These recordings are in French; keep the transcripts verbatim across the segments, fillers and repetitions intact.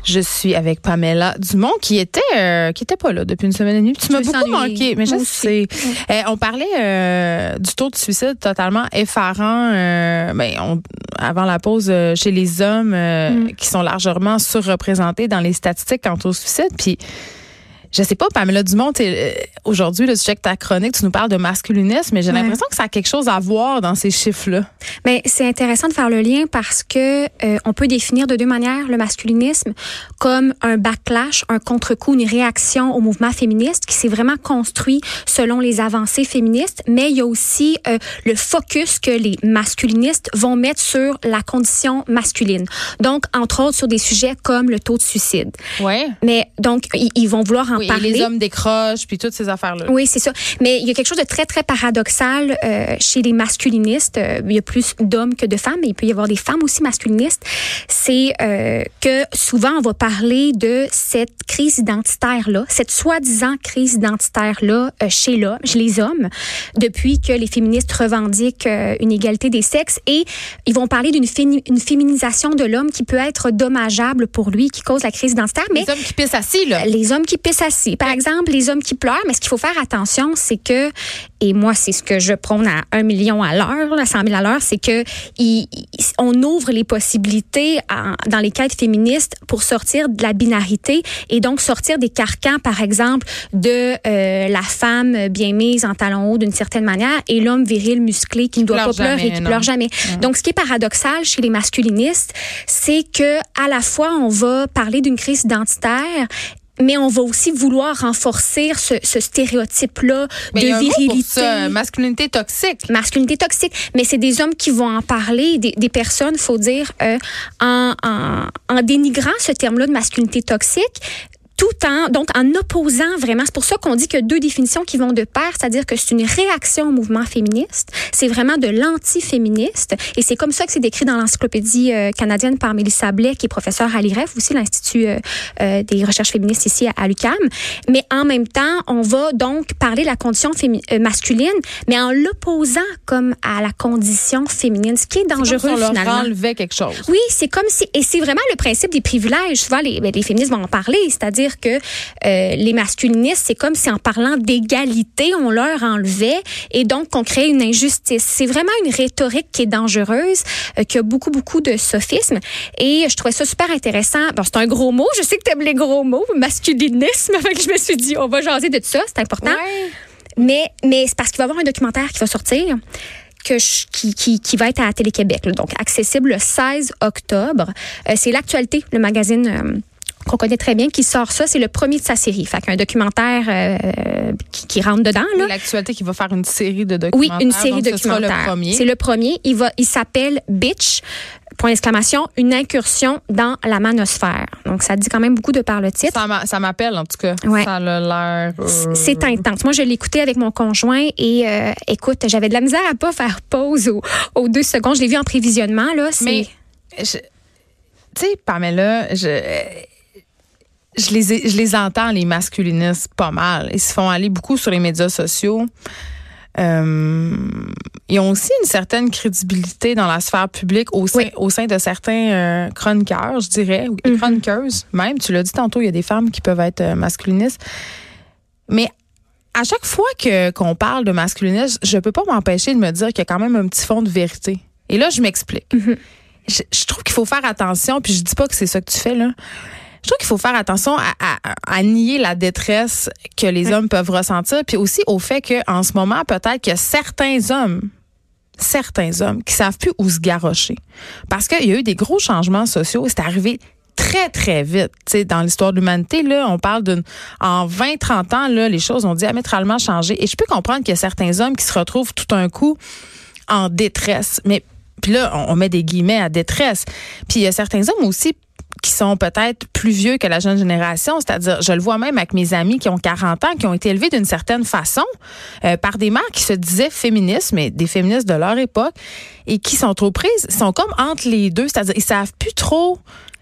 Je suis avec Pamela Dumont qui était euh, qui était pas là depuis une semaine et demie. Tu m'as beaucoup manqué, mais je sais. Euh, on parlait euh, du taux de suicide totalement effarant euh, ben, on, avant la pause euh, chez les hommes euh, mm. qui sont largement surreprésentés dans les statistiques quant au suicide. Puis je sais pas, Pamela Dumont, euh, aujourd'hui, le sujet de ta chronique, tu nous parles de masculinisme, mais j'ai ouais. l'impression que ça a quelque chose à voir dans ces chiffres-là. Mais c'est intéressant de faire le lien parce que euh, on peut définir de deux manières le masculinisme comme un backlash, un contre-coup, une réaction au mouvement féministe qui s'est vraiment construit selon les avancées féministes, mais il y a aussi euh, le focus que les masculinistes vont mettre sur la condition masculine. Donc, entre autres, sur des sujets comme le taux de suicide. Ouais. Mais donc, ils, ils vont vouloir en oui, parler. Et les hommes décrochent, puis toutes ces affaires-là. Oui, c'est ça. Mais il y a quelque chose de très, très paradoxal euh, chez les masculinistes. Euh, il y a plus d'hommes que de femmes, mais il peut y avoir des femmes aussi masculinistes. C'est euh, que souvent, on va parler de cette crise identitaire-là, cette soi-disant crise identitaire-là euh, chez l'homme, chez les hommes, depuis que les féministes revendiquent euh, une égalité des sexes. Et ils vont parler d'une féni- une féminisation de l'homme qui peut être dommageable pour lui, qui cause la crise identitaire. Mais les hommes qui pissent assis, là. Les hommes qui pissent assis. Par exemple, les hommes qui pleurent, mais ce qu'il faut faire attention, c'est que, et moi, c'est ce que je prône à un million à l'heure, à cent mille à l'heure, c'est que il, on ouvre les possibilités en, dans les quêtes féministes pour sortir de la binarité et donc sortir des carcans, par exemple, de euh, la femme bien mise en talons hauts d'une certaine manière et l'homme viril musclé qui ne doit pas jamais, pleurer et qui non. pleure jamais. Non. Donc, ce qui est paradoxal chez les masculinistes, c'est que à la fois, on va parler d'une crise identitaire, mais on va aussi vouloir renforcer ce, ce stéréotype-là mais de y a un virilité. mot pour ça, masculinité toxique. Masculinité toxique. Mais c'est des hommes qui vont en parler, des, des personnes, faut dire, euh, en, en, en dénigrant ce terme-là de masculinité toxique, tout en, donc en opposant vraiment, c'est pour ça qu'on dit qu'il y a deux définitions qui vont de pair, c'est-à-dire que c'est une réaction au mouvement féministe, c'est vraiment de l'anti-féministe, et c'est comme ça que c'est décrit dans l'encyclopédie euh, canadienne par Mélissa Blais, qui est professeure à l'I R E F, aussi l'Institut euh, euh, des recherches féministes ici à, à l'U Q A M, mais en même temps, on va donc parler de la condition fémi- euh, masculine, mais en l'opposant comme à la condition féminine, ce qui est dangereux c'est comme si on finalement. leur enlevait quelque chose. Oui, c'est comme si, et c'est vraiment le principe des privilèges, souvent les, les féministes vont en parler, c'est-à-dire que euh, les masculinistes, c'est comme si en parlant d'égalité, on leur enlevait et donc qu'on créait une injustice. C'est vraiment une rhétorique qui est dangereuse, euh, qui a beaucoup, beaucoup de sophisme. Et je trouvais ça super intéressant. Bon, c'est un gros mot. Je sais que tu aimes les gros mots, masculinisme. Fait que je me suis dit, on va jaser de ça, c'est important. Ouais. Mais, mais c'est parce qu'il va y avoir un documentaire qui va sortir. Que je, qui, qui, qui va être à Télé-Québec, là, donc accessible le seize octobre. Euh, c'est l'actualité, le magazine euh, qu'on connaît très bien, qui sort ça. C'est le premier de sa série. Fait qu'un documentaire euh, qui, qui rentre dedans. Là. L'actualité qui va faire une série de documentaires. Oui, une série de donc ce sera documentaires. le premier. C'est le premier. Il, va, il s'appelle Bitch. Point d'exclamation, une incursion dans la manosphère. Donc, ça dit quand même beaucoup de par le titre. Ça, m'a, ça m'appelle, en tout cas. Ouais. Ça a l'air... Euh... C'est intense. Moi, je l'ai écouté avec mon conjoint et, euh, écoute, j'avais de la misère à pas faire pause aux, aux deux secondes. Je l'ai vu en prévisionnement, là. C'est... Mais, tu sais, Pamela, je... Je les, ai, je les entends, les masculinistes, pas mal. Ils se font aller beaucoup sur les médias sociaux. Euh, ils ont aussi une certaine crédibilité dans la sphère publique au sein, oui. au sein de certains euh, chroniqueurs, je dirais, ou mm-hmm. chroniqueuses même. Tu l'as dit tantôt, il y a des femmes qui peuvent être euh, masculinistes. Mais à chaque fois que qu'on parle de masculinisme, je peux pas m'empêcher de me dire qu'il y a quand même un petit fond de vérité. Et là, je m'explique. Mm-hmm. Je, je trouve qu'il faut faire attention, puis je dis pas que c'est ça que tu fais, là. Je trouve qu'il faut faire attention à, à, à nier la détresse que les hommes peuvent ressentir, puis aussi au fait qu'en ce moment, peut-être qu'il y a certains hommes, certains hommes qui savent plus où se garrocher. Parce qu'il y a eu des gros changements sociaux, c'est arrivé très, très vite. T'sais, dans l'histoire de l'humanité, là, on parle d'une... En vingt trente ans, là, les choses ont diamétralement changé. Et je peux comprendre qu'il y a certains hommes qui se retrouvent tout d'un coup en détresse. Mais puis là, on met des guillemets à détresse. Puis il y a certains hommes aussi qui sont peut-être plus vieux que la jeune génération, c'est-à-dire, je le vois même avec mes amis qui ont quarante ans, qui ont été élevés d'une certaine façon euh, par des mères qui se disaient féministes, mais des féministes de leur époque, et qui sont trop prises, sont comme entre les deux, c'est-à-dire, ils savent plus trop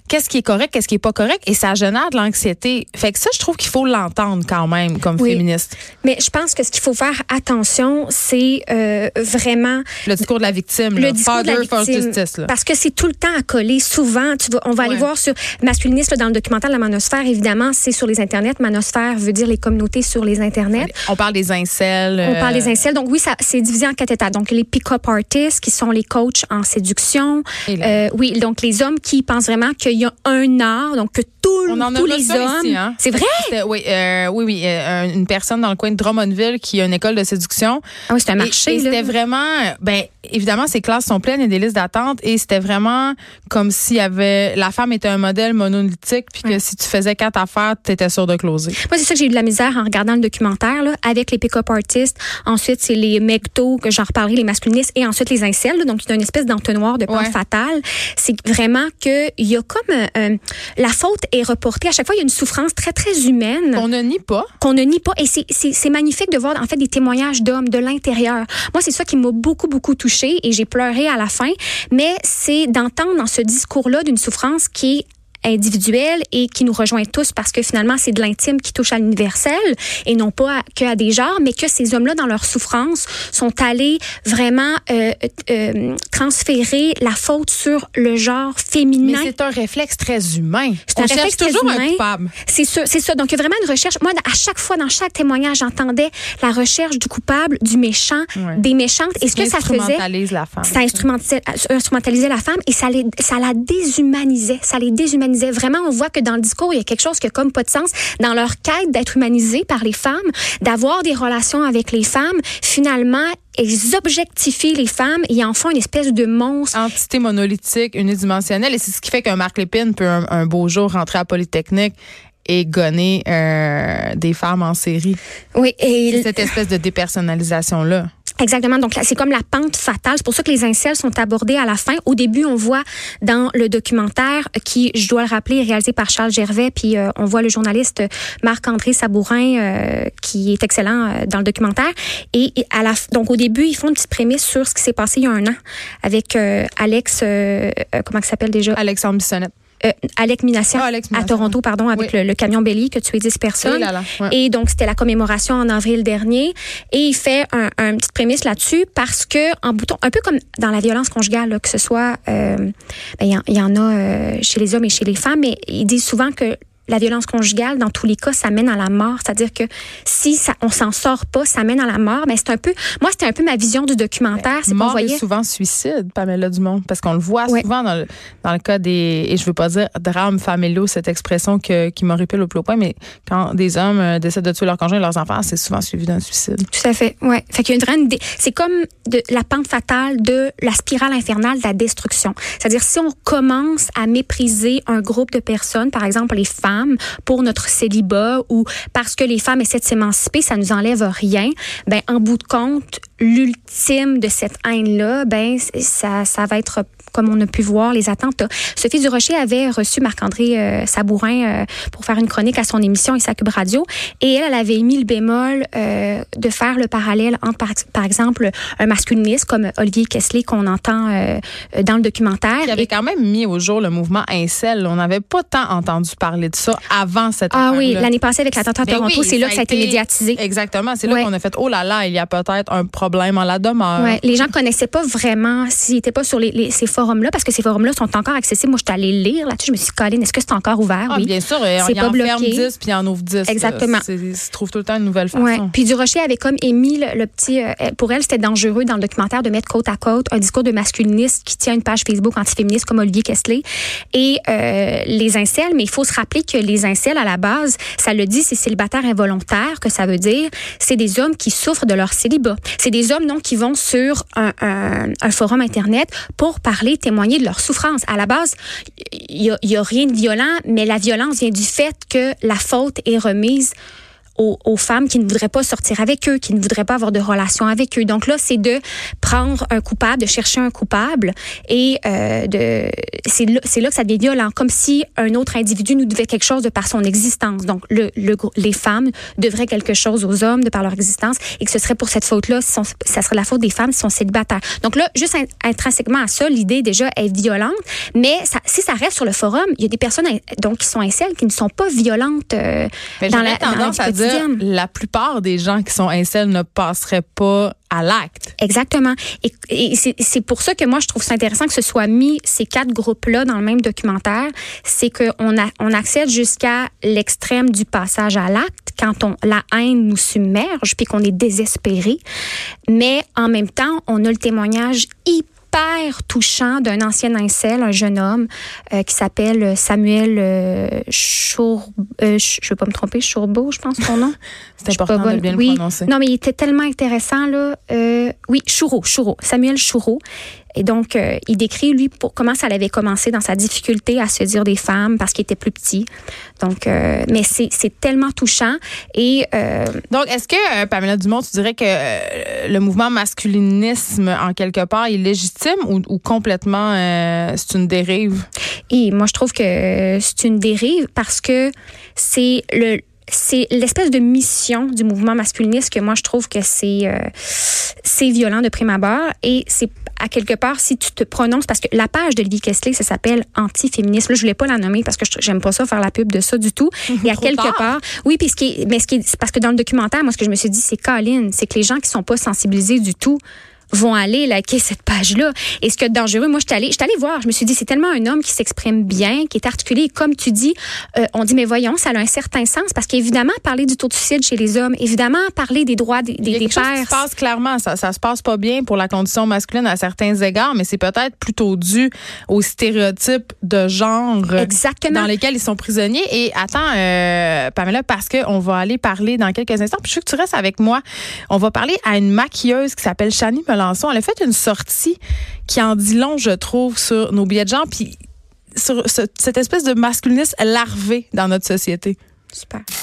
qu'est-ce qui est correct, qu'est-ce qui est pas correct, et ça génère de l'anxiété. Fait que ça, je trouve qu'il faut l'entendre quand même comme oui. féministe. Mais je pense que ce qu'il faut faire attention, c'est euh, vraiment le discours de la victime, le là. discours Father de la victime, for justice, là. Parce que c'est tout le temps à coller. Souvent, tu vas, on va ouais. aller voir sur masculiniste là, dans le documentaire de la Manosphère. Évidemment, c'est sur les internets. Manosphère veut dire les communautés sur les internets. On parle des incels. On euh... parle des incels. Donc oui, ça c'est divisé en quatre étapes. Donc les pick-up artists qui sont les coachs en séduction. Euh, oui, donc les hommes qui pensent vraiment qu'il y a un art, donc que tout, tous les hommes. Ici, hein? C'est vrai? Oui, euh, oui, oui. Euh, une personne dans le coin de Drummondville qui a une école de séduction. Ah oui, c'est un marché. Et, et là. c'était vraiment, ben évidemment, ces classes sont pleines, il y a des listes d'attente, et c'était vraiment comme s'il y avait, la femme était un modèle monolithique, puis que ouais. si tu faisais quatre affaires, tu étais sûr de closer. Moi, c'est ça que j'ai eu de la misère en regardant le documentaire, là, avec les pick-up artists. Ensuite, c'est les megtos, que j'en reparlerai, les masculinistes, et ensuite les incels. Là, donc, il y a une espèce d'entonnoir de pente ouais. fatale. C'est vraiment que il y a comme euh, la faute est reportée. À chaque fois, il y a une souffrance très, très humaine. Qu'on ne nie pas. Qu'on ne nie pas. Et c'est, c'est, c'est magnifique de voir, en fait, des témoignages d'hommes de l'intérieur. Moi, c'est ça qui m'a beaucoup, beaucoup touchée, et j'ai pleuré à la fin. Mais c'est d'entendre dans ce discours-là d'une souffrance qui est individuelle et qui nous rejoint tous, parce que finalement, c'est de l'intime qui touche à l'universel et non pas à, que à des genres, mais que ces hommes-là, dans leur souffrance, sont allés vraiment euh, euh, transférer la faute sur le genre féminin. Mais c'est un réflexe très humain. C'est un On réflexe cherche toujours humain. un coupable. C'est ça, c'est ça. Donc, il y a vraiment une recherche. Moi, à chaque fois, dans chaque témoignage, j'entendais la recherche du coupable, du méchant, ouais. des méchantes. Et ce que ça faisait... Ça instrumentalise la femme. Ça instrumentalisait, instrumentalisait la femme, et ça, les, ça la déshumanisait. Ça les déshumanisait. Vraiment, on voit que dans le discours, il y a quelque chose qui a comme pas de sens. Dans leur quête d'être humanisés par les femmes, d'avoir des relations avec les femmes, finalement, ils objectifient les femmes et en font une espèce de monstre. Entité monolithique, unidimensionnelle. Et c'est ce qui fait qu'un Marc Lépine peut un, un beau jour rentrer à Polytechnique et gonner euh, des femmes en série. Oui. Et c'est cette espèce de dépersonnalisation-là. Exactement. Donc, là, c'est comme la pente fatale. C'est pour ça que les incels sont abordés à la fin. Au début, on voit dans le documentaire, qui, je dois le rappeler, est réalisé par Charles Gervais, puis euh, on voit le journaliste Marc-André Sabourin, euh, qui est excellent euh, dans le documentaire. Et, et à la, donc, au début, ils font une petite prémisse sur ce qui s'est passé il y a un an avec euh, Alex, euh, euh, comment il s'appelle déjà? Alexandre Bissonnette. Euh, Alex Minassian, oh, Alex Minassian, à Toronto, pardon, avec oui. le, le camion Belly, que tu tué dix personnes. Oui, là, là. Ouais. Et donc, c'était la commémoration en avril dernier. Et il fait un, un petite prémisse là-dessus, parce que, en bouton, un peu comme dans la violence conjugale, là, que ce soit, euh, ben, il y, y en a euh, chez les hommes et chez les femmes, mais ils disent souvent que la violence conjugale, dans tous les cas, ça mène à la mort. C'est-à-dire que si ça, on s'en sort pas, ça mène à la mort. Mais c'est un peu, moi, c'était un peu ma vision du documentaire. C'est mort qu'on voyait... est souvent suicide, Pamela Dumont, parce qu'on le voit ouais. souvent dans le, dans le cas des, et je veux pas dire drames familiaux, cette expression que, qui m'horripile au plus haut point, mais quand des hommes euh, décident de tuer leur conjoint et leurs enfants, c'est souvent suivi d'un suicide. Tout à fait, ouais. Fait qu'il y a une grande, dé... c'est comme de la pente fatale de la spirale infernale de la destruction. C'est-à-dire, si on commence à mépriser un groupe de personnes, par exemple les femmes, pour notre célibat, ou parce que les femmes essaient de s'émanciper, ça nous enlève rien, ben, en bout de compte, l'ultime de cette haine-là, ben, ça, ça va être, comme on a pu voir, les attentats. Sophie Durocher avait reçu Marc-André euh, Sabourin euh, pour faire une chronique à son émission Issa Cube Radio, et elle, elle avait émis le bémol euh, de faire le parallèle entre, par, par exemple, un masculiniste comme Olivier Kessler qu'on entend euh, dans le documentaire. Il avait et... quand même mis au jour le mouvement incel. On n'avait pas tant entendu parler de ça avant cette Ah affaire-là. oui, l'année passée avec l'attentat à Toronto, oui, c'est là que ça a été médiatisé. Exactement, c'est là ouais. qu'on a fait, oh là là, il y a peut-être un problème en la demeure. Ouais. Les gens connaissaient pas vraiment, s'ils n'étaient pas sur les, les, ces forums-là, parce que ces forums-là sont encore accessibles. Moi, je suis allée lire là-dessus, je me suis dit, Colin, est-ce que c'est encore ouvert? Ah, oui. Bien sûr, c'est il pas en bloqué. ferme dix, puis il en ouvre dix. Exactement. Il se trouve tout le temps une nouvelle façon. Ouais. Puis Durocher avait comme émis le, le petit... Euh, pour elle, c'était dangereux dans le documentaire de mettre côte à côte un discours de masculiniste qui tient une page Facebook antiféministe comme Olivier Kessler et euh, les incels. Mais il faut se rappeler que les incels, à la base, ça le dit, c'est célibataire involontaire, que ça veut dire, c'est des hommes qui souffrent de leur célibat. C'est des hommes, non, qui vont sur un, un, un forum Internet pour parler, témoigner de leur souffrance. À la base, il y a, y a rien de violent, mais la violence vient du fait que la faute est remise aux, aux femmes qui ne voudraient pas sortir avec eux, qui ne voudraient pas avoir de relation avec eux. Donc là, c'est de prendre un coupable, de chercher un coupable, et euh, de c'est là, c'est là que ça devient violent, comme si un autre individu nous devait quelque chose de par son existence. Donc le, le les femmes devraient quelque chose aux hommes de par leur existence, et que ce serait pour cette faute-là, si son, ça serait la faute des femmes si sont célibataires. Donc là, juste intrinsèquement à ça, l'idée déjà est violente, mais ça, si ça reste sur le forum, il y a des personnes donc qui sont incels qui ne sont pas violentes euh, dans la, dans la vie à quotidienne. Dire, la plupart des gens qui sont incels ne passeraient pas à l'acte. Exactement. Et, et c'est, c'est pour ça que moi, je trouve ça intéressant que ce soit mis, ces quatre groupes-là, dans le même documentaire. C'est qu'on a, on accède jusqu'à l'extrême du passage à l'acte, quand on, la haine nous submerge, puis qu'on est désespéré. Mais en même temps, on a le témoignage hyper hyper touchant d'un ancien incel, un jeune homme euh, qui s'appelle Samuel euh, Chour... Euh, je ne vais pas me tromper, Chourbeau, je pense son nom. C'est important de bien oui. le prononcer. Non, mais il était tellement intéressant, là. Euh, oui, Choureau, Choureau, Samuel Choureau. Et donc, euh, il décrit, lui, pour, comment ça avait commencé dans sa difficulté à se dire des femmes parce qu'il était plus petit. Donc, euh, mais c'est, c'est tellement touchant. Et euh, donc, est-ce que, euh, Pamela Dumont, tu dirais que euh, le mouvement masculinisme, en quelque part, est légitime ou, ou complètement euh, c'est une dérive? Et moi, je trouve que c'est une dérive parce que c'est le c'est l'espèce de mission du mouvement masculiniste que moi je trouve que c'est euh, c'est violent de prime abord, et c'est à quelque part, si tu te prononces, parce que la page de Libby Kessler, ça s'appelle anti-féminisme. Là, je voulais pas la nommer parce que je, j'aime pas ça faire la pub de ça du tout. Mmh, et à quelque tard. part, oui, puis ce qui est, mais ce qui est, c'est parce que dans le documentaire, moi ce que je me suis dit, c'est Colin, c'est que les gens qui sont pas sensibilisés du tout vont aller liker cette page-là. Et ce qui est dangereux, moi, je suis allée, je suis allée voir. Je me suis dit, c'est tellement un homme qui s'exprime bien, qui est articulé. Et comme tu dis, euh, on dit, mais voyons, ça a un certain sens. Parce qu'évidemment, parler du taux de suicide chez les hommes, évidemment, parler des droits des, des, Il y a quelque des pères. chose qui se passe clairement. Ça, ça se passe pas bien pour la condition masculine à certains égards, mais c'est peut-être plutôt dû aux stéréotypes de genre Exactement. dans lesquels ils sont prisonniers. Et attends, euh, Pamela, parce qu'on va aller parler dans quelques instants. Puis je veux que tu restes avec moi. On va parler à une maquilleuse qui s'appelle Chanie Melançon. Elle a fait une sortie qui en dit long, je trouve, sur nos billets de genre, puis sur ce, cette espèce de masculinisme larvé dans notre société. Super.